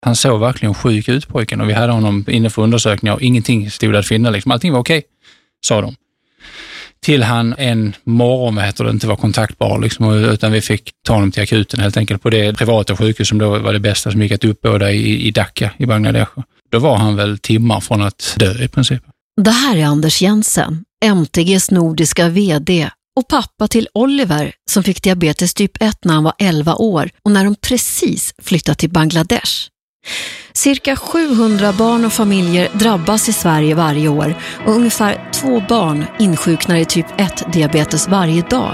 Han såg verkligen sjuk ut, pojken, och vi hade honom inne för undersökningar och ingenting stod att finna. Liksom. Allting var okej, sa de. Till han en morgon det inte var kontaktbar, liksom, utan vi fick ta honom till akuten helt enkelt på det privata sjukhus som då var det bästa som gick att uppbåda i Dhaka i Bangladesh. Då var han väl timmar från att dö i princip. Det här är Anders Jensen, MTGs nordiska vd och pappa till Oliver som fick diabetes typ 1 när han var 11 år och när de precis flyttade till Bangladesh. Cirka 700 barn och familjer drabbas i Sverige varje år och ungefär 2 barn insjuknar i typ 1-diabetes varje dag.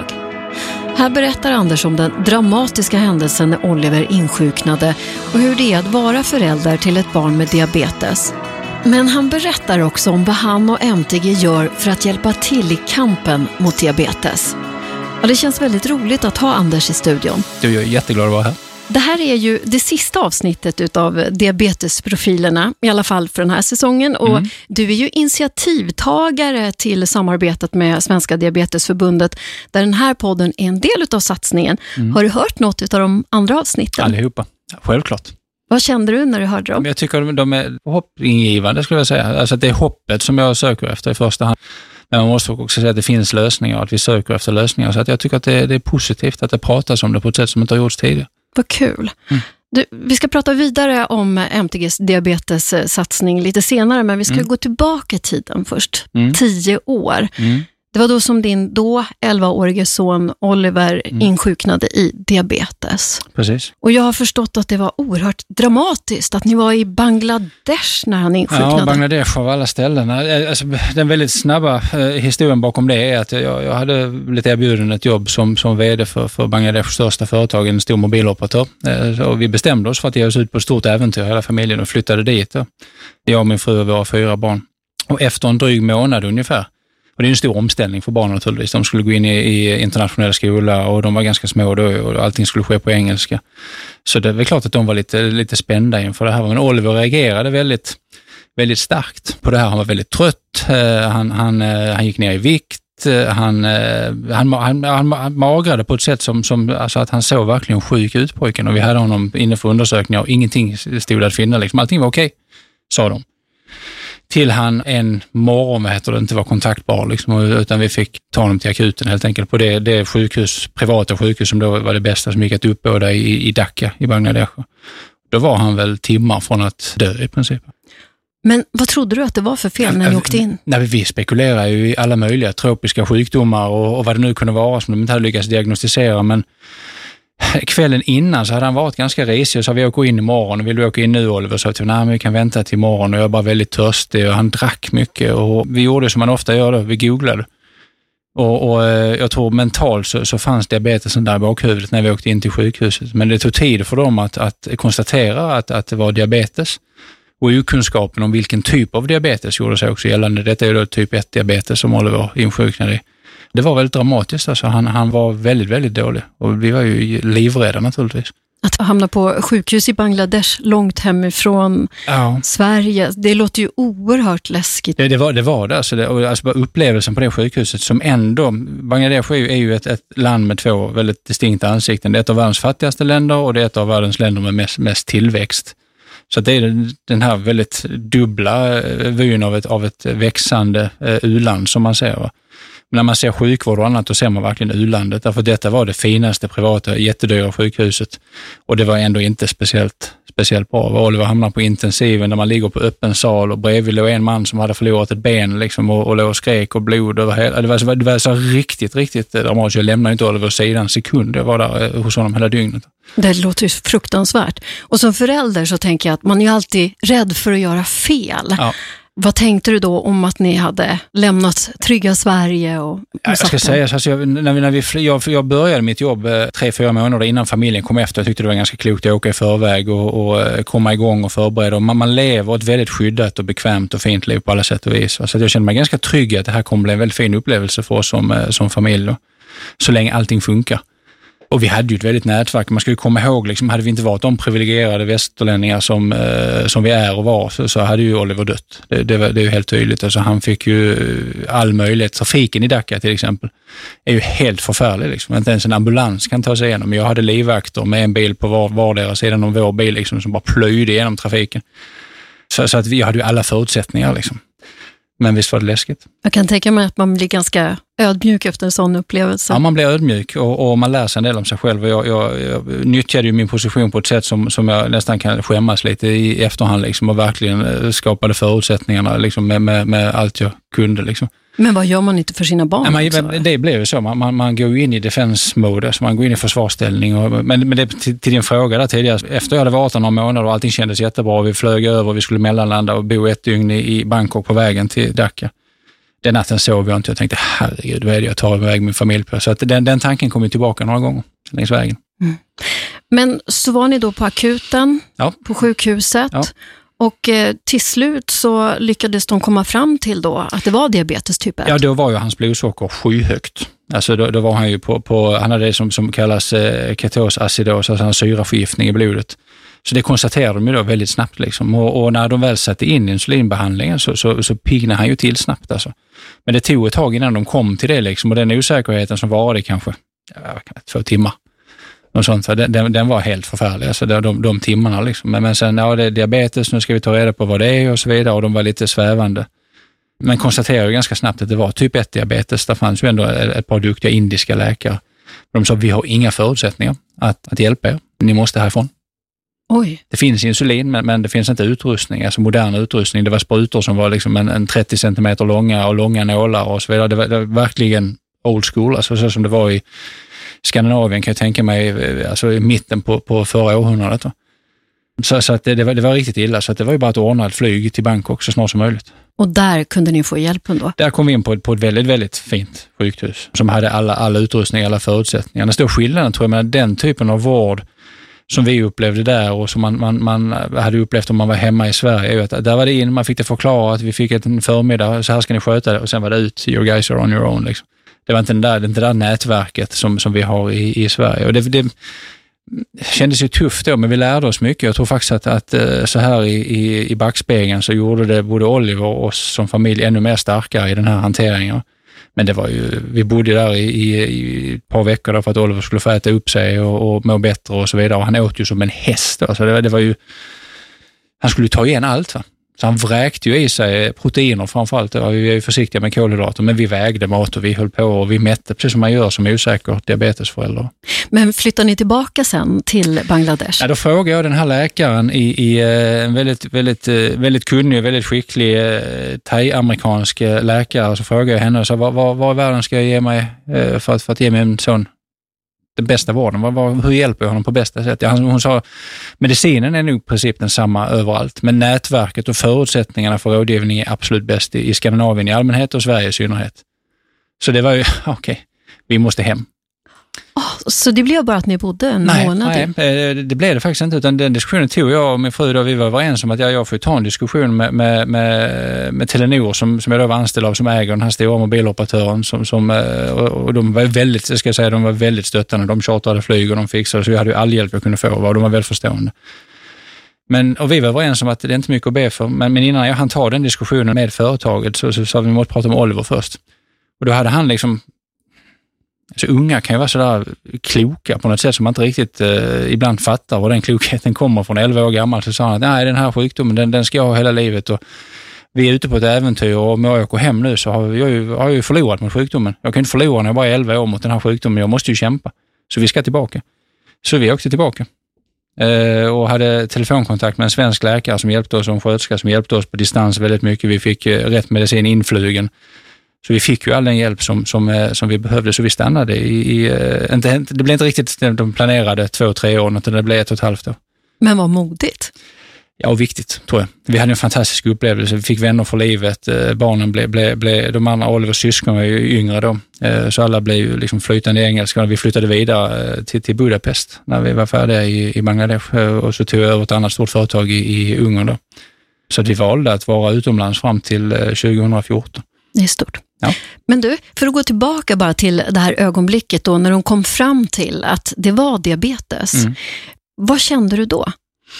Här berättar Anders om den dramatiska händelsen när Oliver insjuknade och hur det är att vara förälder till ett barn med diabetes. Men han berättar också om vad han och MTG gör för att hjälpa till i kampen mot diabetes. Ja, det känns väldigt roligt att ha Anders i studion. Jag är jätteglad att vara här. Det här är ju det sista avsnittet utav diabetesprofilerna, i alla fall för den här säsongen. Och du är ju initiativtagare till samarbetet med Svenska Diabetesförbundet, där den här podden är en del utav satsningen. Har du hört något utav de andra avsnitten? Allihopa, självklart. Vad kände du när du hörde dem? Jag tycker de är hoppingivande, skulle jag säga. Alltså det är hoppet som jag söker efter i första hand. Men man måste också säga att det finns lösningar, att vi söker efter lösningar. Så att jag tycker att det är positivt att det pratas om det på ett sätt som inte har gjorts tidigare. Vad kul. Vi ska prata vidare om MTGs diabetessatsning lite senare, men vi ska gå tillbaka i tiden först. 10 år. Det var då som din 11-årige son Oliver insjuknade i diabetes. Precis. Och jag har förstått att det var oerhört dramatiskt att ni var i Bangladesh när han insjuknade. Ja, Bangladesh av alla ställen. Alltså, den väldigt snabba historien bakom det är att jag hade blivit erbjuden ett jobb som vd för Bangladeshs största företag, en stor mobiloperatör. Och vi bestämde oss för att ge oss ut på ett stort äventyr, hela familjen, och flyttade dit. Jag, min fru och våra 4 barn. Och efter en dryg månad ungefär, och det är en stor omställning för barnen naturligtvis. De skulle gå in i internationell skola och de var ganska små då och allting skulle ske på engelska. Så det är klart att de var lite spända inför det här. Men Oliver reagerade väldigt, väldigt starkt på det här. Han var väldigt trött. Han gick ner i vikt. Han magrade på ett sätt som alltså att han såg verkligen sjuk ut, pojken. Och vi hade honom inne för undersökningar och ingenting stod att finna. Liksom. Allting var okej, sa de. Till han en morgon det inte var kontaktbar, liksom, utan vi fick ta honom till akuten helt enkelt på det privata sjukhus som då var det bästa som gick att uppbåda i Dhaka i Bangladesh. Då var han väl timmar från att dö i princip. Men vad trodde du att det var för fel när ni åkte in? Vi spekulerar ju i alla möjliga tropiska sjukdomar och vad det nu kunde vara som de inte hade lyckats diagnostisera, men kvällen innan så hade han varit ganska risig och sa vi åker in imorgon, och vill du åka in nu, Oliver? Så nej, men vi kan vänta till imorgon, och jag är bara väldigt törstig och han drack mycket och vi gjorde som man ofta gör då, vi googlade. Och jag tror mentalt så fanns diabetesen där i bakhuvudet när vi åkte in till sjukhuset, men det tog tid för dem att konstatera att det var diabetes, och okunskapen om vilken typ av diabetes gjorde sig också gällande. Detta är ju då typ 1-diabetes som Oliver insjuknade i. Det var väldigt dramatiskt, alltså han var väldigt, väldigt dålig och vi var ju livrädda naturligtvis. Att hamna på sjukhus i Bangladesh långt hemifrån Sverige, det låter ju oerhört läskigt. Det var det. Alltså bara upplevelsen på det sjukhuset som ändå, Bangladesh är ju ett land med 2 väldigt distinkta ansikten. Det är ett av världens fattigaste länder och det är ett av världens länder med mest tillväxt. Så det är den här väldigt dubbla vyn av ett växande u-land som man ser, va? När man ser sjukvård och annat, då ser man verkligen u-landet. Därför detta var det finaste privata, jättedyra sjukhuset. Och det var ändå inte speciellt bra. Oliver hamnade på intensiven där man ligger på öppen sal och bredvid låg en man som hade förlorat ett ben liksom, och låg och skrek och blod över hela. Det var så riktigt dramatiskt. Jag lämnade inte Oliver sidan en sekund. Jag var där hos honom hela dygnet. Det låter ju fruktansvärt. Och som förälder så tänker jag att man är ju alltid rädd för att göra fel. Ja. Vad tänkte du då om att ni hade lämnat trygga Sverige? Jag ska säga, alltså, jag började mitt jobb 3-4 månader innan familjen kom efter. Jag tyckte det var ganska klokt att åka i förväg och komma igång och förbereda. Man lever ett väldigt skyddat och bekvämt och fint liv på alla sätt och vis. Så jag kände mig ganska trygg att det här kommer bli en väldigt fin upplevelse för oss som familj då, så länge allting funkar. Och vi hade ju ett väldigt nätverk. Man ska ju komma ihåg, liksom, hade vi inte varit de privilegierade västerlänningar som vi är och var, så hade ju Oliver dött. Det är ju helt tydligt. Alltså, han fick ju all möjlighet. Trafiken i Dhaka till exempel är ju helt förfärlig. Liksom. Inte ens en ambulans kan ta sig igenom. Jag hade livvakter med en bil på vardera sidan om vår bil liksom, som bara plöjde igenom trafiken. Så att vi hade ju alla förutsättningar liksom. Men visst var det läskigt. Jag kan tänka mig att man blir ganska ödmjuk efter en sån upplevelse. Ja, man blir ödmjuk och man lär sig en del om sig själv. Jag nyttjade ju min position på ett sätt som jag nästan kan skämmas lite i efterhand liksom, och verkligen skapade förutsättningarna liksom, med allt jag kunde. Liksom. Men vad gör man inte för sina barn? Ja, det blev ju så. Man går ju in i defense-mode, så man går in i försvarsställning. Men det, till din fråga där tidigare, efter jag hade varit några månader och allting kändes jättebra, vi flög över, vi skulle mellanlanda och bo ett dygn i Bangkok på vägen till Dhaka. Den natten sov jag inte. Jag tänkte, herregud, vad är det jag tar iväg min familj på? Så att den tanken kom ju tillbaka några gånger längs vägen. Mm. Men så var ni då på akuten, på sjukhuset. Ja. Och till slut så lyckades de komma fram till då att det var diabetes typ 1. Ja, då var ju hans blodsocker skyhögt. Alltså då var han ju han hade det som kallas ketosacidos, alltså en syraförgiftning i blodet. Så det konstaterade de ju då väldigt snabbt liksom. Och när de väl satte in insulinbehandlingen så pignade han ju till snabbt alltså. Men det tog ett tag innan de kom till det liksom. Och den osäkerheten som var det kanske 2 timmar. Och sånt, den var helt förfärlig, alltså de timmarna liksom. Men sen, det är diabetes, nu ska vi ta reda på vad det är och så vidare, och de var lite svävande. Men konstaterade ganska snabbt att det var typ 1 diabetes. Där fanns ju ändå ett par duktiga indiska läkare. De sa, vi har inga förutsättningar att hjälpa er, ni måste härifrån. Oj. Det finns insulin, men det finns inte utrustning, alltså modern utrustning. Det var sprutor som var liksom en 30 centimeter långa och långa nålar och så vidare. Det var verkligen old school, alltså så som det var i Skandinavien, kan jag tänka mig, alltså i mitten på förra århundradet. Så att det var riktigt illa, så att det var ju bara att ordna ett flyg till Bangkok så snart som möjligt. Och där kunde ni få hjälp då? Där kom vi in på ett väldigt, väldigt fint sjukhus som hade alla utrustning, alla förutsättningar. Den stora skillnaden tror jag med den typen av vård som vi upplevde där och som man hade upplevt om man var hemma i Sverige, är ju att där var det in, man fick det förklara att vi fick en förmiddag, så här ska ni sköta det, och sen var det ut, your guys are on your own liksom. Det var inte det där nätverket som vi har i Sverige. Och det kändes ju tufft då, men vi lärde oss mycket. Jag tror faktiskt att så här i backspegeln så gjorde det både Oliver och oss som familj ännu mer starkare i den här hanteringen. Men det var ju, vi bodde där i ett par veckor då för att Oliver skulle få äta upp sig och må bättre och så vidare. Och han åt ju som en häst då. Så det var ju, han skulle ta igen allt va. Så han vräkte ju i sig proteiner framförallt. Vi är ju försiktiga med kolhydrater, men vi vägde mat och vi höll på och vi mätte precis som man gör som osäker diabetesförälder. Men flyttar ni tillbaka sen till Bangladesh? Ja, då frågade jag den här läkaren i en väldigt kunnig, väldigt skicklig thai-amerikansk läkare. Så frågade jag henne och sa, vad i världen ska jag ge mig för att ge mig en sån den bästa vården? Hur hjälper jag honom på bästa sätt? Hon sa, medicinen är nog i princip den samma överallt, men nätverket och förutsättningarna för rådgivning är absolut bäst i Skandinavien i allmänhet och Sverige i synnerhet. Så det var ju, okej, vi måste hem. Så det blev bara att ni bodde en månad? Nej, det blev det faktiskt inte, utan den diskussionen tog jag och min fru då, vi var överens om att jag får ta en diskussion med Telenor som jag då var anställd av, som äger den här stora mobiloperatören och de var väldigt, ska jag säga, de var väldigt stöttande. De chartrade flyg och de fixade, så vi hade ju all hjälp jag kunde få och de var väldigt förstående. Och vi var överens om att det är inte mycket att be för, men innan jag hann ta den diskussionen med företaget så sa vi måste prata om Oliver först. Och då hade han liksom, så unga kan ju vara sådär kloka på något sätt som man inte riktigt ibland fattar var den klokheten kommer från. 11 år gammal så sa han att nej, den här sjukdomen den ska jag ha hela livet och vi är ute på ett äventyr och om jag åker hem nu så har jag ju förlorat mot sjukdomen. Jag kan inte förlora när jag bara är 11 år mot den här sjukdomen, jag måste ju kämpa. Så vi ska tillbaka. Så vi åkte tillbaka och hade telefonkontakt med en svensk läkare som hjälpte oss och en sköterska som hjälpte oss på distans väldigt mycket. Vi fick rätt medicin influgen. Så vi fick ju all den hjälp som vi behövde, så vi stannade det blev inte riktigt de planerade 2-3 år, utan det blev 1,5 år. Men vad modigt. Ja, och viktigt tror jag. Vi hade en fantastisk upplevelse, vi fick vänner för livet, barnen blev de andra, Olivers syskon var ju yngre då, så alla blev ju liksom flytande i engelska. Vi flyttade vidare till Budapest när vi var färdiga i Bangladesh och så tog jag över ett annat stort företag i Ungern då. Så att vi valde att vara utomlands fram till 2014. Det är stort. Ja. Men du, för att gå tillbaka bara till det här ögonblicket då när de kom fram till att det var diabetes. Vad kände du då?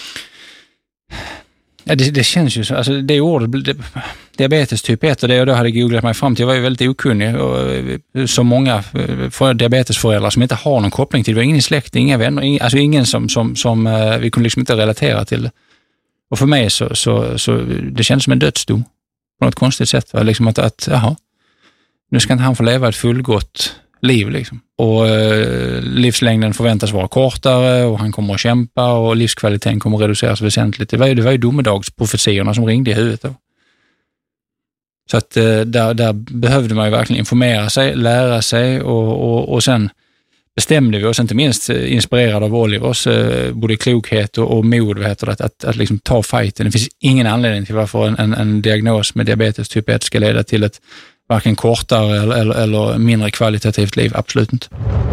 Ja, det känns ju så. Alltså det ordet, diabetes typ 1 och det jag då hade googlat mig fram till, jag var ju väldigt okunnig. Och så många diabetesföräldrar som inte har någon koppling till det. Det var ingen släkt, inga vänner, alltså ingen som vi kunde liksom inte relatera till. Och för mig så det känns som en dödsdom på något konstigt sätt. Liksom att jaha, nu ska inte han få leva ett fullgott liv liksom. Och livslängden förväntas vara kortare och han kommer att kämpa och livskvaliteten kommer att reduceras väsentligt. Det var ju domedagsprofetiorna som ringde i huvudet då. Så att där behövde man ju verkligen informera sig, lära sig och sen bestämde vi oss, inte minst inspirerade av Olivers både klokhet och mod att liksom ta fighten. Det finns ingen anledning till varför en diagnos med diabetes typ 1 ska leda till ett varken kortare eller mindre kvalitativt liv, absolut inte.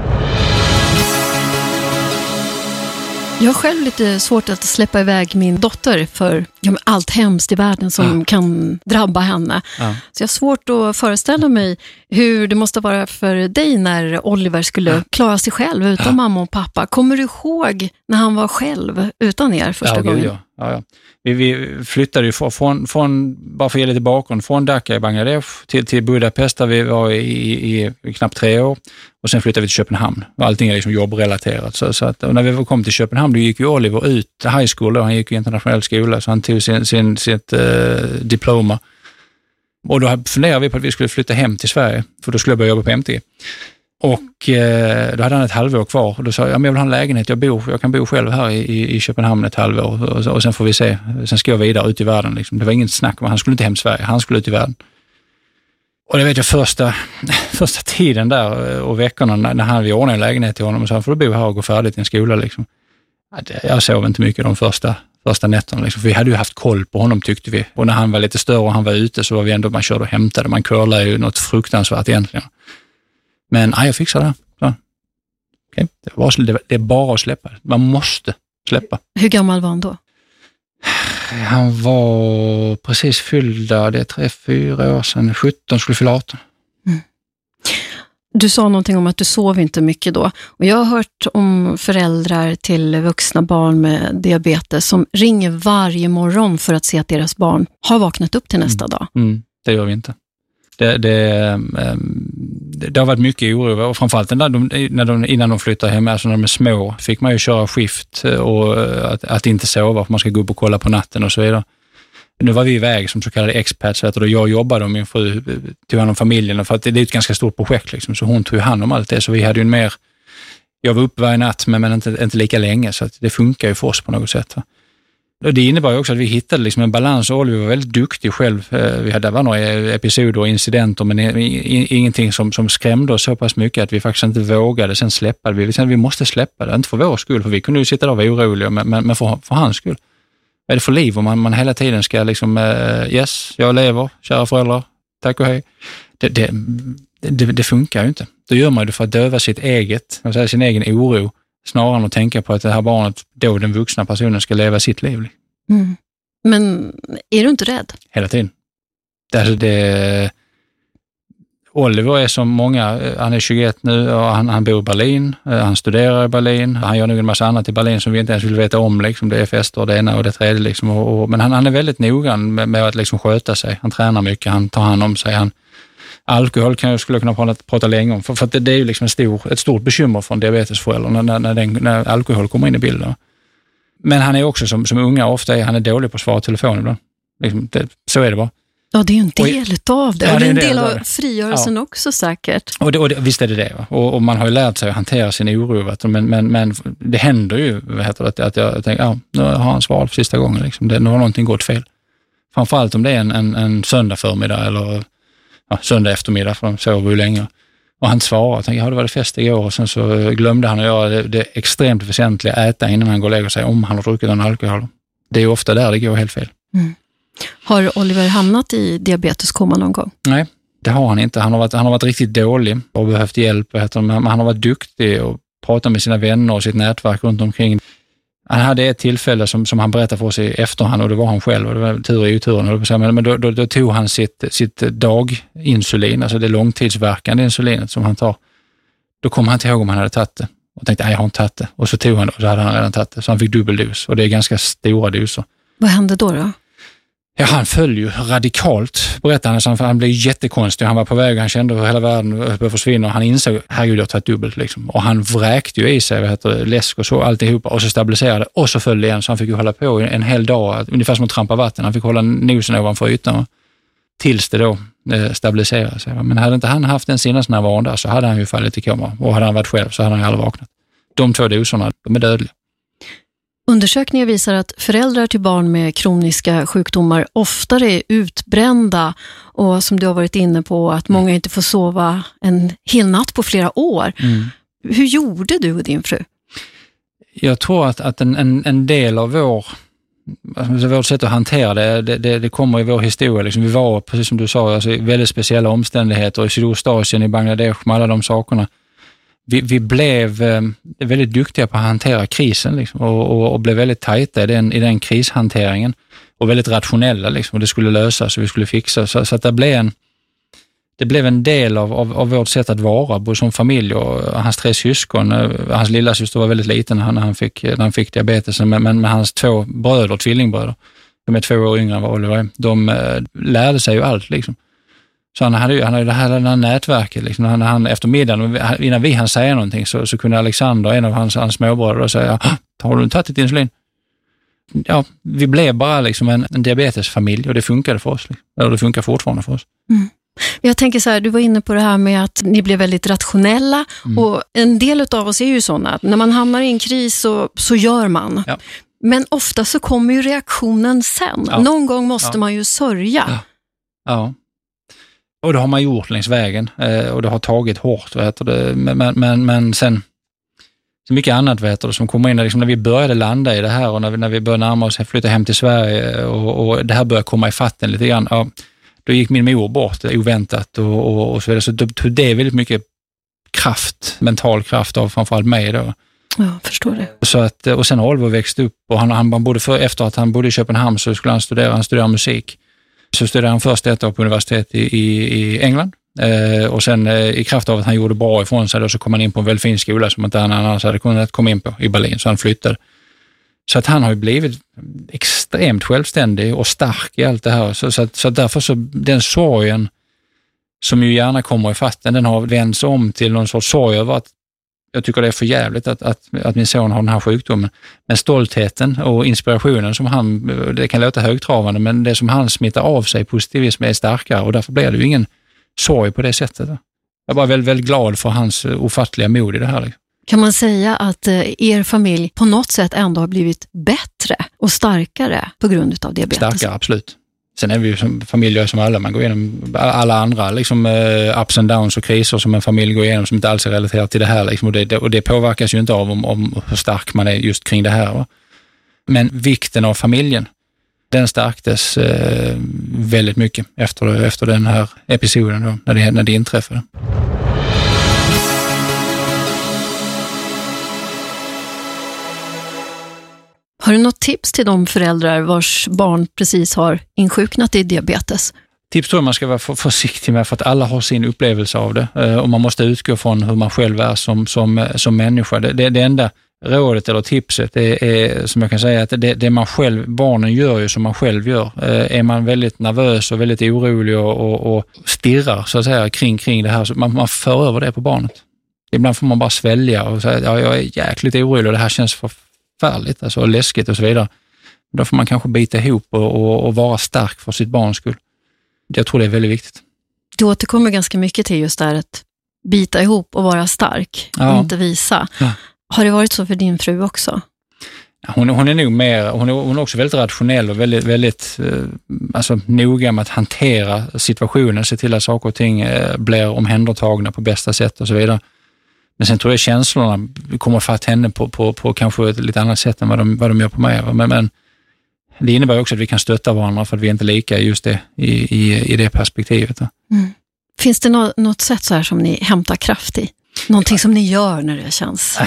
Jag har själv lite svårt att släppa iväg min dotter för allt hemskt i världen som kan drabba henne. Ja. Så jag har svårt att föreställa mig hur det måste vara för dig när Oliver skulle klara sig själv utan mamma och pappa. Kommer du ihåg när han var själv utan er första gången? Ja. Vi flyttade ju från bara för att ge lite bakgrund, från Dhaka i Bangladesh till Budapest där vi var i knappt 3 år och sen flyttade vi till Köpenhamn. Allting är liksom jobbrelaterat. Så att, och när vi kom till Köpenhamn då gick ju Oliver ut high school då, han gick i internationell skola så han tog sitt diploma. Och då funderade vi på att vi skulle flytta hem till Sverige för då skulle jag börja jobba på MTG. Och då hade han ett halvår kvar och då sa jag vill ha en lägenhet, jag kan bo själv här i Köpenhamn ett halvår och sen får vi se, sen ska jag vidare ut i världen liksom. Det var inget snack om han skulle inte hem till Sverige, han skulle ut i världen. Och det vet jag första tiden där och veckorna när han hade ordnat en lägenhet till honom och sa får du bo här och gå färdigt i en skola liksom. Jag sov inte mycket de första nätterna liksom, för vi hade ju haft koll på honom tyckte vi. Och när han var lite större och han var ute så var vi ändå, man körde och hämtade, man curlade ju något fruktansvärt egentligen. Men jag fixar det. Så. Okay. Det är bara att släppa. Man måste släppa. Hur gammal var han då? Han var precis fyllda, det är 3-4 år sedan. 17 skulle fylla 18. Du sa någonting om att du sov inte mycket då. Och jag har hört om föräldrar till vuxna barn med diabetes som ringer varje morgon för att se att deras barn har vaknat upp till nästa dag. Det gör vi inte. Det har varit mycket oro och framförallt innan de flyttar hem, alltså när de är små, fick man ju köra skift och att inte sova för man ska gå upp och kolla på natten och så vidare. Nu var vi iväg som så kallade expats och jag jobbade och min fru tog hand om familjen för att det är ett ganska stort projekt liksom, så hon tog hand om allt det så vi hade ju jag var uppe varje natt men inte lika länge så att det funkar ju för oss på något sätt. Och det innebar ju också att vi hittade liksom en balans och Oliver var väldigt duktig själv. Vi hade några episoder och incidenter men ingenting som skrämde oss så pass mycket att vi faktiskt inte vågade. Sen släppade vi. Vi måste släppa det, inte för vår skull för vi kunde ju sitta där och vara oroliga men för hans skull. Vad är det för liv om man hela tiden ska liksom yes, jag lever, kära föräldrar, tack och hej. Det funkar ju inte. Då gör man det för att döva sin egen oro snarare än att tänka på att det här barnet, då den vuxna personen, ska leva sitt liv. Men är du inte rädd? Hela tiden. Oliver är som många, han är 21 nu och han bor i Berlin, han studerar i Berlin, han gör nog en massa annat i Berlin som vi inte ens vill veta om, liksom. Det är fester och det ena och det tredje. Liksom. Men han är väldigt noggrann med att liksom sköta sig, han tränar mycket, han tar hand om sig, alkohol skulle jag kunna prata länge om, för att det är ju liksom ett stort bekymmer från diabetesföräldrar när alkohol kommer in i bilden. Men han är också som unga ofta han är dålig på att svara telefonen ibland. Liksom, så är det bara. Ja, det är ju en del av det. Ja, det är en del av frigörelsen också säkert. Och visst är det. Va? Och man har ju lärt sig att hantera sin oro. Men det händer ju att jag tänker, nu har han svarat för sista gången. Liksom. Nu har någonting gått fel. Framförallt om det är en söndag förmiddag eller söndag eftermiddag, för de sover ju länge. Och han svarade, jag tänkte, det var det fest igår och sen så glömde han att göra det extremt väsentliga, äta innan han går och lägger sig om han har druckit någon alkohol. Det är ofta där det går helt fel. Har Oliver hamnat i diabeteskoma någon gång? Nej, det har han inte. Han har varit riktigt dålig och behövt hjälp. Men han har varit duktig och pratat med sina vänner och sitt nätverk runt omkring. Han hade ett tillfälle som han berättade för oss i efterhand, och det var han själv, och det var tur i oturen. Men då tog han sitt daginsulin, alltså det långtidsverkande insulinet som han tar. Då kom han inte ihåg om han hade tagit det. Och tänkte, jag har inte tagit det. Och så tog han det, och så hade han redan tagit det. Så han fick dubbeldos, och det är ganska stora doser. Vad hände då? Ja, han föll ju radikalt, berättade han. Han blev jättekonstig. Han var på väg, han kände hur hela världen började försvinna. Och han insåg, herregud, jag har tagit dubbelt liksom. Och han vräkte ju i sig, läsk och så, alltihopa. Och så stabiliserade, och så föll det igen. Så han fick ju hålla på en hel dag, ungefär som att trampa vatten. Han fick hålla nosen ovanför ytan, tills det då stabiliserade sig. Men hade inte han haft en sinnesnärvaron där, så hade han ju fallit i koma. Och hade han varit själv, så hade han ju aldrig vaknat. De 2 doserna, de är dödliga. Undersökningar visar att föräldrar till barn med kroniska sjukdomar oftare är utbrända, och som du har varit inne på, att många inte får sova en hel natt på flera år. Hur gjorde du och din fru? Jag tror att en del av vårt sätt att hantera det kommer i vår historia. Liksom, vi var, precis som du sa, alltså, i väldigt speciella omständigheter i Sydostasien, i Bangladesh, med alla de sakerna. Vi blev väldigt duktiga på att hantera krisen liksom, och blev väldigt tajta i den krishanteringen, och väldigt rationella liksom, och det skulle lösas och vi skulle fixa. Så att det blev en del av vårt sätt att vara, både som familj och hans 3 syskon. Hans lilla syster var väldigt liten när han fick diabetes, men hans 2 tvillingbröder, de är 2 år yngre än vad Oliver, de lärde sig ju allt liksom. Så han hade ju det här nätverket. Liksom. Han efter middagen, innan vi hann säga någonting, så kunde Alexander, en av hans småbröder, säga, har du tagit ett insulin? Ja, vi blev bara liksom en diabetesfamilj, och det funkade för oss. Liksom. Och det funkar fortfarande för oss. Mm. Jag tänker så här, du var inne på det här med att ni blev väldigt rationella, och en del av oss är ju sådana att när man hamnar i en kris så gör man. Ja. Men ofta så kommer ju reaktionen sen. Ja. Någon gång måste man ju sörja. Ja. Och det har man gjort längs vägen, och det har tagit hårt, men sen så mycket annat som kommer in liksom, när vi började landa i det här, och när vi började närma oss flytta hem till Sverige, och det här började komma i fatten lite grann. Ja, då gick min mor bort oväntat, och så vidare. Så då tog det väldigt mycket kraft, mental kraft av framförallt mig då. Ja, förstår det. Så att, och sen har Oliver växt upp, och efter att han bodde i Köpenhamn, så skulle han studera musik. Så studerade han först ett år på universitet i England, och sen i kraft av att han gjorde bra ifrån sig, då, så kom han in på en väldigt fin skola som inte han annars hade kunnat komma in på i Berlin, så han flyttade. Så att han har ju blivit extremt självständig och stark i allt det här. Så därför så den sorgen som ju gärna kommer i fatten, den har vänts om till någon sorts sorg över att jag tycker det är för jävligt att min son har den här sjukdomen. Men stoltheten och inspirationen som han, det kan låta högtravande, men det som han smittar av sig, positivism, är starkare, och därför blir det ju ingen sorg på det sättet. Jag är bara väldigt, väldigt glad för hans ofattliga mod i det här. Kan man säga att er familj på något sätt ändå har blivit bättre och starkare på grund av diabetes? Starkare, absolut. Sen är vi ju som familjer som alla, man går igenom alla andra liksom, ups and downs och kriser som en familj går igenom som inte alls är relaterat till det här. Liksom, och det påverkas ju inte av om hur stark man är just kring det här. Va? Men vikten av familjen, den stärktes väldigt mycket efter den här episoden då, när det inträffade. Har du något tips till de föräldrar vars barn precis har insjuknat i diabetes? Tips tror jag man ska vara försiktig med, för att alla har sin upplevelse av det, och man måste utgå från hur man själv är som människa. Det enda rådet eller tipset är som jag kan säga, att det man själv, barnen gör ju som man själv gör. Är man väldigt nervös och väldigt orolig och stirrar så att säga kring det här, så man för över det på barnet. Ibland får man bara svälja och säga, ja, jag är jäkligt orolig och det här känns förfärligt, alltså läskigt och så vidare. Då får man kanske bita ihop och vara stark för sitt barns skull. Jag tror det är väldigt viktigt. Du återkommer ganska mycket till just där att bita ihop och vara stark och inte visa. Ja. Har det varit så för din fru också? Hon är nog mer, hon är också väldigt rationell och väldigt, väldigt alltså, noga med att hantera situationen, se till att saker och ting blir omhändertagna på bästa sätt och så vidare. Men sen tror jag känslorna kommer fatt henne på kanske ett lite annat sätt än vad de gör på mig. Men det innebär också att vi kan stötta varandra för att vi är inte lika just det i det perspektivet. Mm. Finns det något sätt så här som ni hämtar kraft i? Någonting som ni gör när det känns?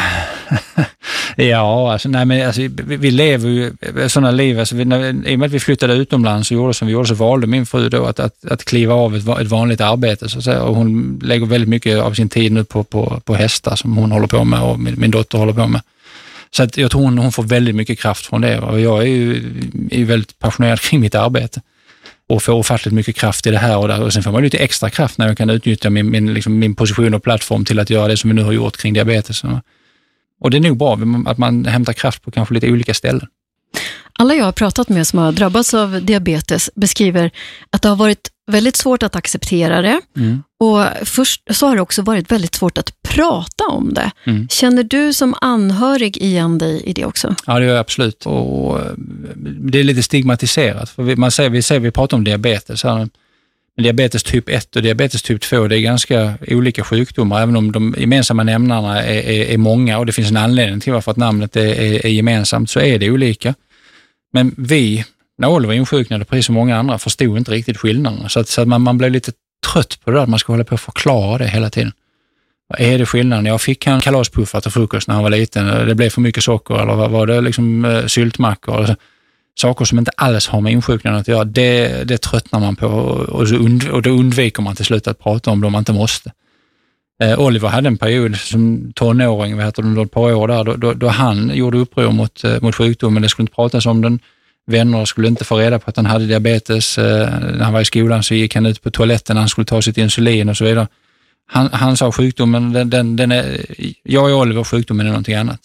Ja, alltså, vi lever ju sådana liv. Alltså, i och med att vi flyttade utomlands och gjorde som vi gjorde, så valde min fru då att kliva av ett vanligt arbete. Så att säga. Och hon lägger väldigt mycket av sin tid nu på hästar som hon håller på med och min dotter håller på med. Så att jag tror hon får väldigt mycket kraft från det. Och jag är ju väldigt passionerad kring mitt arbete. Och får ofattligt mycket kraft i det här och där. Och sen får man lite extra kraft när jag kan utnyttja min position och plattform till att göra det som vi nu har gjort kring diabetes. Och det är nog bra att man hämtar kraft på kanske lite olika ställen. Alla jag har pratat med som har drabbats av diabetes beskriver att det har varit väldigt svårt att acceptera det. Och först så har det också varit väldigt svårt att prata om det. Känner du som anhörig igen dig i det också? Ja, det gör jag absolut. Och det är lite stigmatiserat. För vi pratar om diabetes. Diabetes typ 1 och diabetes typ 2, det är ganska olika sjukdomar, även om de gemensamma nämnarna är många och det finns en anledning till varför att namnet är gemensamt, så är det olika. Men när Oliver insjuknade, precis som många andra, förstod inte riktigt skillnaderna. Så att man blev lite trött på det där, att man ska hålla på att förklara det hela tiden. Vad är det skillnaden? Jag fick en kalaspuffar till frukost när han var liten. Det blev för mycket socker, eller var det liksom syltmackor? Eller saker som inte alls har med insjuknande att göra. Det tröttnar man på och då undviker man till slut att prata om det om man inte måste. Oliver hade en period som tonåring, ett par år där, då han gjorde uppror mot sjukdomen. Det skulle inte pratas om den. Vänner skulle inte få reda på att han hade diabetes. När han var i skolan så gick han ut på toaletten när han skulle ta sitt insulin och så vidare. Han sa sjukdomen, den är, jag är Oliver, sjukdomen är någonting annat.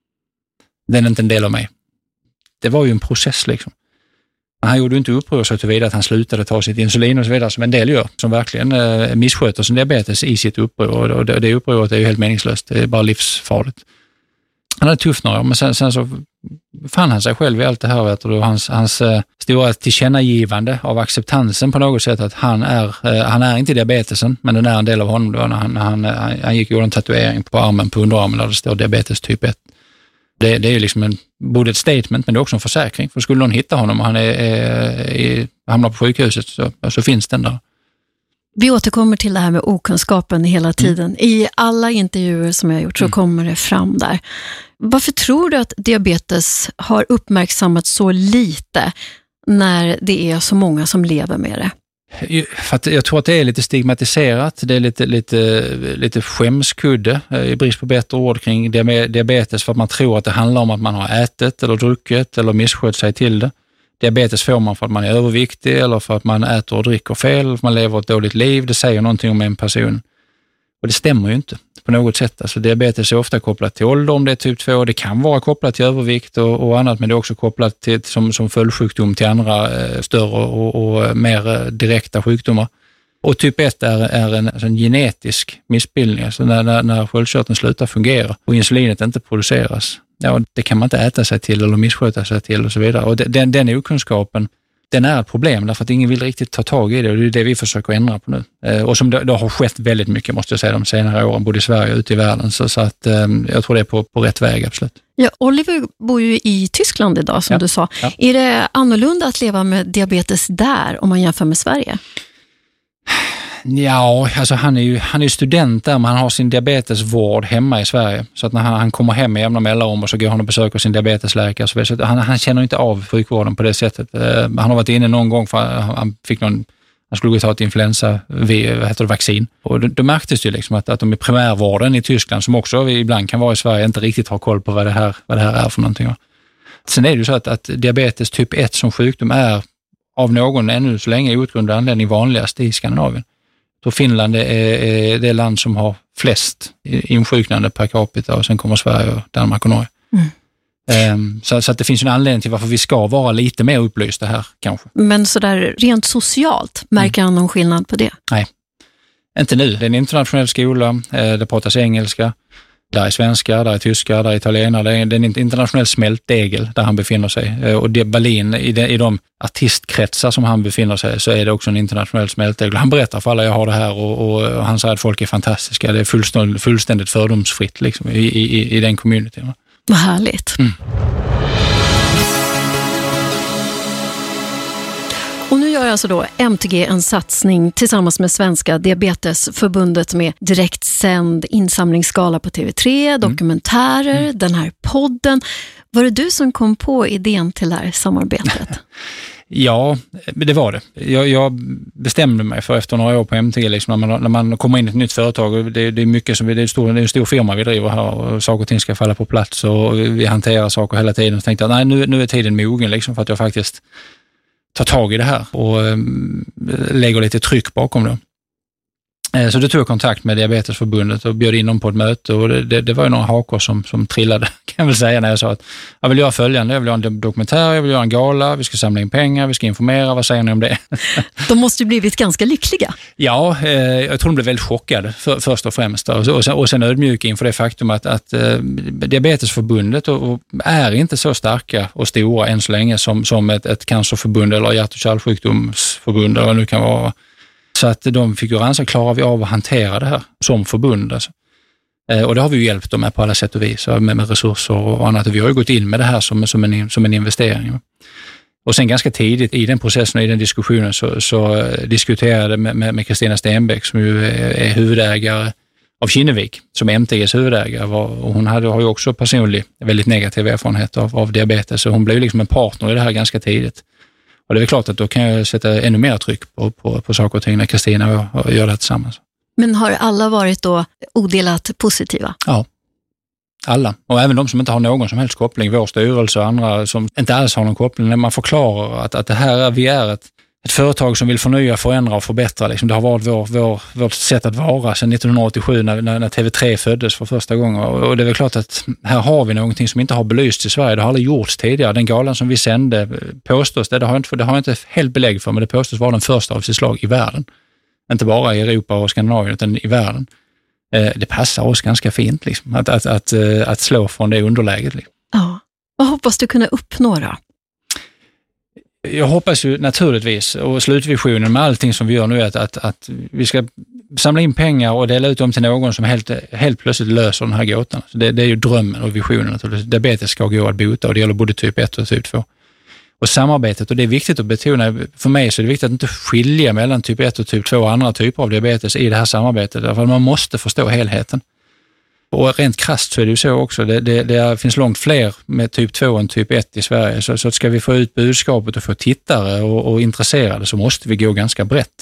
Den är inte en del av mig. Det var ju en process liksom. Han gjorde inte uppror så tillvida att han slutade ta sitt insulin och så vidare som en del gör, som verkligen missköter sin diabetes i sitt uppror. Och det upproret är ju helt meningslöst, det är bara livsfarligt. Han hade tufft några, men sen så fann han sig själv i allt det här, och hans stora tillkännagivande av acceptansen på något sätt, att han är inte diabetesen, men den är en del av honom då, när han gick och gjorde en tatuering på armen, på underarmen där det står diabetes typ 1. Det är ju liksom både ett statement, men det är också en försäkring. För skulle någon hitta honom och han hamnar på sjukhuset så finns den där. Vi återkommer till det här med okunskapen hela tiden. I alla intervjuer som jag har gjort så kommer det fram där. Varför tror du att diabetes har uppmärksammats så lite när det är så många som lever med det? För att jag tror att det är lite stigmatiserat, det är lite skämskudde i brist på bättre ord kring diabetes, för att man tror att det handlar om att man har ätit eller druckit eller misskött sig till det. Diabetes får man för att man är överviktig eller för att man äter och dricker fel, för att man lever ett dåligt liv. Det säger någonting om en person. Och det stämmer ju inte på något sätt. Alltså diabetes är ofta kopplat till ålder om det är typ 2. Det kan vara kopplat till övervikt och annat, men det är också kopplat till, som följdsjukdom till andra större och mer direkta sjukdomar. Och typ 1 är en genetisk missbildning, alltså när sköldkörteln slutar fungera och insulinet inte produceras. Ja, det kan man inte äta sig till eller missköta sig till och så vidare. Och den okunskapen, den är ett problem därför att ingen vill riktigt ta tag i det, och det är det vi försöker ändra på nu. Och som det har skett väldigt mycket, måste jag säga, de senare åren, både i Sverige och ute i världen. Så att jag tror det är på rätt väg, absolut. Ja, Oliver bor ju i Tyskland idag, som du sa. Ja. Är det annorlunda att leva med diabetes där om man jämför med Sverige? Ja, alltså han är ju student där, men han har sin diabetesvård hemma i Sverige. Så att när han kommer hem med jämna mellanrum och så går han och besöker sin diabetesläkare. Så han känner inte av sjukvården på det sättet. Han har varit inne någon gång för han skulle gå ta ett vaccin. Och då märktes det ju liksom att de i primärvården i Tyskland, som också ibland kan vara i Sverige, inte riktigt har koll på vad det här är för någonting. Sen är det ju så att diabetes typ 1 som sjukdom är av någon ännu så länge outgrundad anledning vanligast i Skandinavien. Så Finland är det land som har flest insjuknande per capita, och sen kommer Sverige, och Danmark och Norge. Så att det finns en anledning till varför vi ska vara lite mer upplysta här kanske. Men så där rent socialt, märker han någon skillnad på det? Nej, inte nu. Det är en internationell skola, det pratas engelska, där är svenskar, där är tyskar, där är italienare. Det är en internationell smältdegel där han befinner sig. Och det Berlin, i de artistkretsar som han befinner sig, så är det också en internationell smältdegel. Han berättar för alla, jag har det här, och han säger att folk är fantastiska. Det är fullständigt fördomsfritt liksom, i den communityn. Vad härligt. Och nu gör alltså då MTG en satsning tillsammans med Svenska Diabetesförbundet med direktsänd insamlingsgala på TV3, dokumentärer, den här podden. Var det du som kom på idén till det här samarbetet? Ja, det var det. Jag bestämde mig för efter några år på MTG, liksom, när man kommer in i ett nytt företag, det är mycket som det är en stor firma vi driver här och saker och ting ska falla på plats och vi hanterar saker hela tiden. Så tänkte jag, nej, nu är tiden mogen liksom, för att jag faktiskt tar tag i det här och lägger lite tryck bakom det. Så då tog jag kontakt med Diabetesförbundet och bjöd in dem på ett möte och det var ju några hakor som trillade, kan jag väl säga, när jag sa att jag vill göra följande, jag vill göra en dokumentär, jag vill göra en gala, vi ska samla in pengar, vi ska informera, vad säger ni om det? De måste ju blivit ganska lyckliga. Ja, jag tror de blev väldigt chockade först och främst och sen ödmjuka inför det faktum att Diabetesförbundet är inte så starka och stora än så länge som ett cancerförbund eller hjärt- och kärlsjukdomsförbund eller vad det nu kan vara. Så att de fick ju ransa, klarar vi av att hantera det här som förbund. Alltså. Och det har vi ju hjälpt dem med på alla sätt och vis, med resurser och annat. Vi har ju gått in med det här som en investering. Och sen ganska tidigt i den processen och i den diskussionen så diskuterade jag med Kristina Stenbeck som ju är huvudägare av Kinnevik, som MTGs huvudägare. Och hon har ju också personligt väldigt negativ erfarenhet av diabetes, så hon blev liksom en partner i det här ganska tidigt. Och det är klart att då kan jag sätta ännu mer tryck på saker och ting när Kristina och gör det tillsammans. Men har alla varit då odelat positiva? Ja, alla. Och även de som inte har någon som helst koppling, vår styrelse och andra som inte alls har någon koppling. När man förklarar att det här vi är ett företag som vill förnya, förändra och förbättra. Liksom. Det har varit vårt sätt att vara sedan 1987 när TV3 föddes för första gången. Och det är väl klart att här har vi någonting som inte har belysts i Sverige. Det har aldrig gjorts tidigare. Den galan som vi sände påstås, det har jag inte helt belägg för, men det påstås vara den första av sitt slag i världen. Inte bara i Europa och Skandinavien utan i världen. Det passar oss ganska fint liksom, att slå från det underläget. Liksom. Ja, vad hoppas du kunna uppnå då? Jag hoppas ju naturligtvis, och slutvisionen med allting som vi gör nu är att vi ska samla in pengar och dela ut dem till någon som helt plötsligt löser den här gåtan. Så det är ju drömmen och visionen naturligtvis. Diabetes ska gå att bota och det gäller både typ 1 och typ 2. Och samarbetet, och det är viktigt att betona, för mig så är det viktigt att inte skilja mellan typ 1 och typ 2 och andra typer av diabetes i det här samarbetet, därför att man måste förstå helheten. Och rent krasst så är det ju så också. Det finns långt fler med typ 2 än typ 1 i Sverige. Så ska vi få ut budskapet och få tittare och intresserade så måste vi gå ganska brett.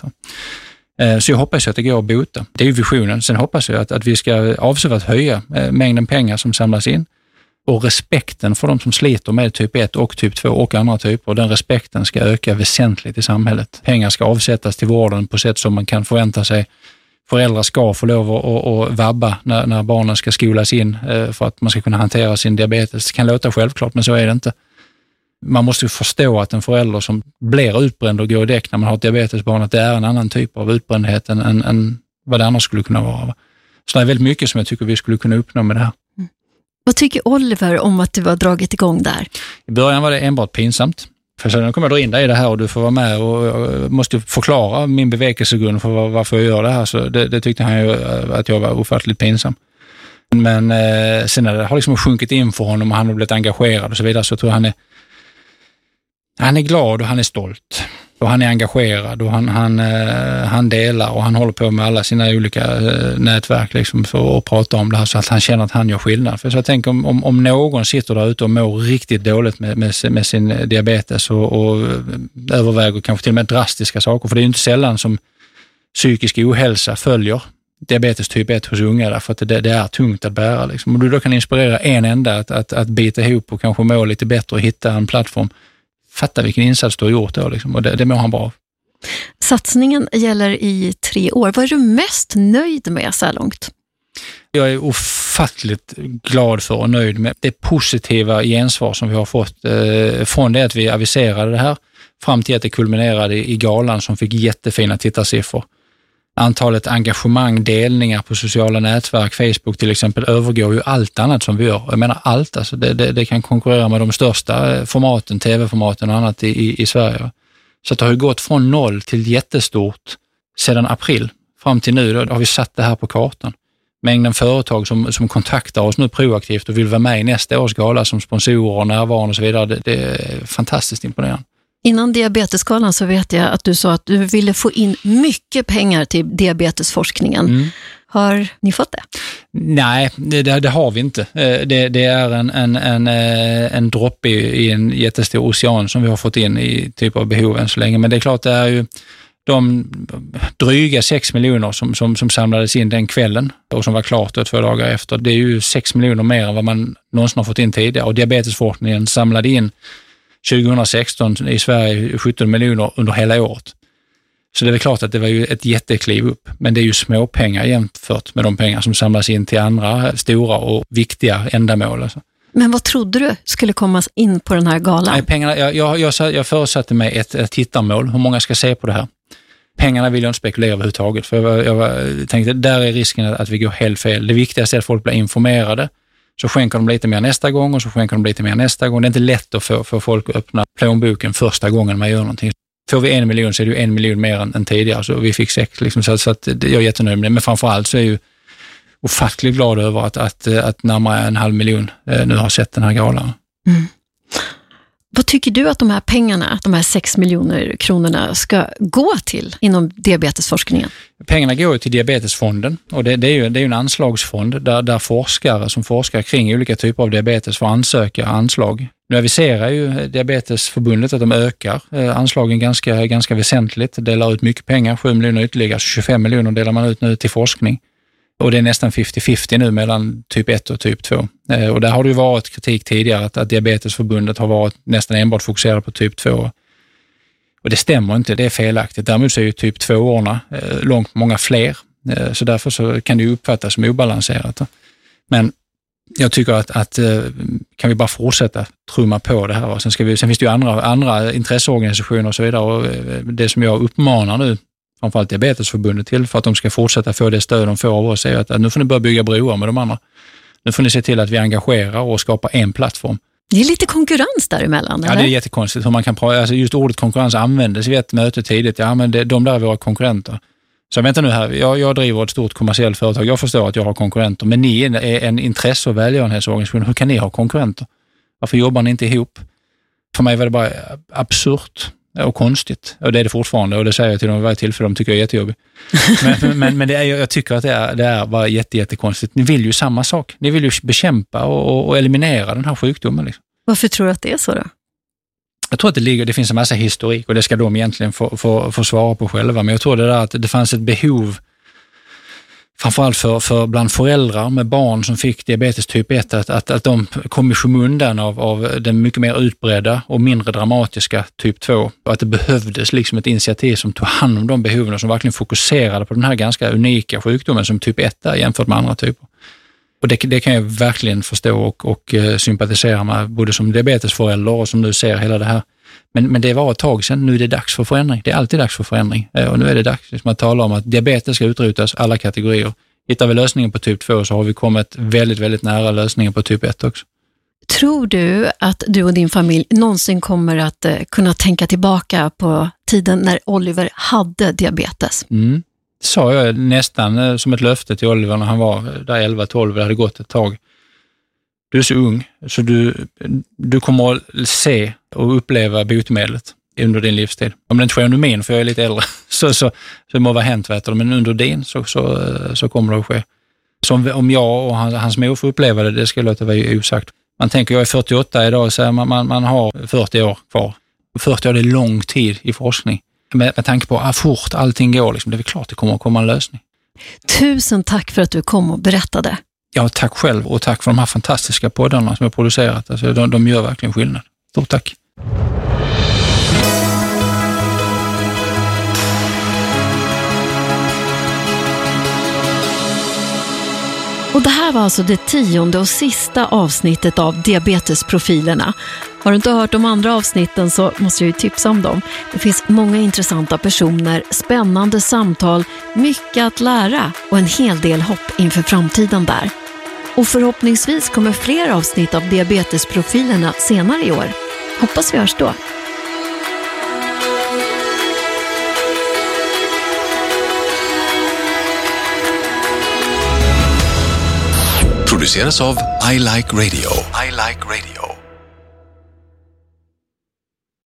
Så jag hoppas att det går att bota. Det är ju visionen. Sen hoppas jag att vi ska avsevärt höja mängden pengar som samlas in. Och respekten för de som sliter med typ 1 och typ 2 och andra typer. Och den respekten ska öka väsentligt i samhället. Pengar ska avsättas till vården på sätt som man kan förvänta sig. Föräldrar ska få lov att vabba när barnen ska skolas in för att man ska kunna hantera sin diabetes. Det kan låta självklart, men så är det inte. Man måste förstå att en förälder som blir utbränd och går i däck när man har ett diabetesbarn, att det är en annan typ av utbrändhet än vad det annars skulle kunna vara. Så det är väldigt mycket som jag tycker vi skulle kunna uppnå med det här. Mm. Vad tycker Oliver om att du har dragit igång där? I början var det enbart pinsamt. För så nu kommer jag dra in dig i det här och du får vara med och jag måste förklara min bevekelsegrund för varför jag gör det här. Så det tyckte han ju att jag var ofattligt pinsam. Men sen när det har liksom sjunkit in för honom och han har blivit engagerad och så vidare, så tror jag han är glad och han är stolt. Och han är engagerad och han delar och han håller på med alla sina olika nätverk liksom för att prata om det här så att han känner att han gör skillnad. För så jag tänker om någon sitter där ute och mår riktigt dåligt med sin diabetes och överväger kanske till och med drastiska saker, för det är ju inte sällan som psykisk ohälsa följer diabetes typ 1 hos unga, därför att det är tungt att bära. Liksom. Och du då kan inspirera en enda att bita ihop och kanske må lite bättre och hitta en plattform. Fatta vilken insats du har gjort då liksom, och det mår han bra av. Satsningen gäller i 3 år. Vad är du mest nöjd med så här långt? Jag är ofattligt glad för och nöjd med det positiva gensvar som vi har fått från det att vi aviserade det här fram till att det kulminerade i galan som fick jättefina tittarsiffror. Antalet engagemang, delningar på sociala nätverk, Facebook till exempel, övergår ju allt annat som vi gör. Jag menar allt, alltså det kan konkurrera med de största formaten, tv-formaten och annat i Sverige. Så det har ju gått från 0 till jättestort sedan april fram till nu. Då har vi satt det här på kartan. Mängden företag som kontaktar oss nu proaktivt och vill vara med i nästa års gala som sponsorer och närvarande och så vidare, det är fantastiskt imponerande. Innan diabetesskalan så vet jag att du sa att du ville få in mycket pengar till diabetesforskningen. Har ni fått det? Nej, det har vi inte. Det är en droppe i en jättestor ocean som vi har fått in i typ av behov än så länge. Men det är klart, det är ju de dryga 6 miljoner som samlades in den kvällen och som var klart 2 dagar efter. Det är ju 6 miljoner mer än vad man någonsin har fått in tidigare. Och diabetesforskningen samlade in 2016 i Sverige 17 miljoner under hela året. Så det är väl klart att det var ju ett jättekliv upp. Men det är ju små pengar jämfört med de pengar som samlas in till andra stora och viktiga ändamål. Alltså. Men vad trodde du skulle komma in på den här galan? Nej, pengarna, jag förutsatte mig ett tittarmål. Hur många ska se på det här? Pengarna vill jag inte spekulera överhuvudtaget. För jag tänkte, där är risken att vi går helt fel. Det viktigaste är att folk blir informerade. Så skänker de lite mer nästa gång och så skänker de lite mer nästa gång. Det är inte lätt att få folk att öppna plånboken första gången man gör någonting. Får vi 1 miljon så är det ju 1 miljon mer än tidigare. Så vi fick 6 liksom, så att jag är jättenöjd med det. Men framförallt så är jag ju ofattligt glad över att närmare 500 000 nu har sett den här galan. Mm. Vad tycker du att de här pengarna, de här 6 miljoner kronorna ska gå till inom diabetesforskningen? Pengarna går till Diabetesfonden och det är ju en anslagsfond där forskare som forskar kring olika typer av diabetes får ansöka anslag. Nu aviserar ju Diabetesförbundet att de ökar anslagen ganska väsentligt, delar ut mycket pengar, 7 miljoner ytterligare, 25 miljoner delar man ut nu till forskning. Och det är nästan 50-50 nu mellan typ 1 och typ 2. Och där har det ju varit kritik tidigare att Diabetesförbundet har varit nästan enbart fokuserade på typ 2. Och det stämmer inte, det är felaktigt. Däremot så är ju typ 2-årna långt många fler. Så därför så kan det ju uppfattas som obalanserat. Men jag tycker att kan vi bara fortsätta trumma på det här. Och sen finns det ju andra intresseorganisationer och så vidare. Och det som jag uppmanar nu, framförallt Diabetesförbundet till för att de ska fortsätta få det stöd de får av oss är att nu får ni börja bygga broar med de andra. Nu får ni se till att vi engagerar och skapar en plattform. Det är lite konkurrens däremellan, eller? Ja, det är jättekonstigt hur man kan prata. Alltså just ordet konkurrens användes vid ett möte tidigt. Ja, men de där är våra konkurrenter. Så vänta nu här, jag driver ett stort kommersiellt företag. Jag förstår att jag har konkurrenter, men ni är en intresse- och välgörenhetsorganisation. Hur kan ni ha konkurrenter? Varför jobbar ni inte ihop? För mig var det bara absurt och konstigt. Och det är det fortfarande. Och det säger jag till dem varje tillfälle. De tycker jag är jättejobbig. Men det är, jag tycker att det är bara jättekonstigt. Ni vill ju samma sak. Ni vill ju bekämpa och eliminera den här sjukdomen. Liksom. Varför tror du att det är så då? Jag tror att det finns en massa historik och det ska de egentligen få svara på själva. Men jag tror det där att det fanns ett behov framförallt för bland föräldrar med barn som fick diabetes typ 1 att de kom i skymundan av den mycket mer utbredda och mindre dramatiska typ 2. Och att det behövdes liksom ett initiativ som tog hand om de behoven och som verkligen fokuserade på den här ganska unika sjukdomen som typ 1 är jämfört med andra typer. Och det kan jag verkligen förstå och sympatisera med både som diabetesförälder och som nu ser hela det här. Men det var ett tag sedan, nu är det dags för förändring. Det är alltid dags för förändring. Och nu är det dags liksom att tala om att diabetes ska utrotas, alla kategorier. Hittar vi lösningen på typ 2 så har vi kommit väldigt, väldigt nära lösningen på typ 1 också. Tror du att du och din familj någonsin kommer att kunna tänka tillbaka på tiden när Oliver hade diabetes? Det sa jag nästan som ett löfte till Oliver när han var där 11-12, det hade gått ett tag. Du är så ung så du kommer att se och uppleva botemedlet under din livstid. Om det inte sker under min, för jag är lite äldre, så det må vara hänt, vet du, men under din så kommer det att ske. Så om jag och hans mor får uppleva det ska låta vara osagt. Man tänker, jag är 48 idag, så man har 40 år kvar. 40 år är lång tid i forskning. Med tanke på hur fort allting går, liksom, det är väl klart det kommer att komma en lösning. Tusen tack för att du kom och berättade. Ja, tack själv och tack för de här fantastiska poddarna som jag producerat. Alltså, de gör verkligen skillnad. Stort tack. Och det här var alltså det 10:e och sista avsnittet av Diabetesprofilerna. Har du inte hört de andra avsnitten så måste jag ju tipsa om dem. Det finns många intressanta personer, spännande samtal, mycket att lära och en hel del hopp inför framtiden där. Och förhoppningsvis kommer fler avsnitt av Diabetesprofilerna senare i år. Hoppas vi hörs då. Produceras av I Like Radio. I Like Radio.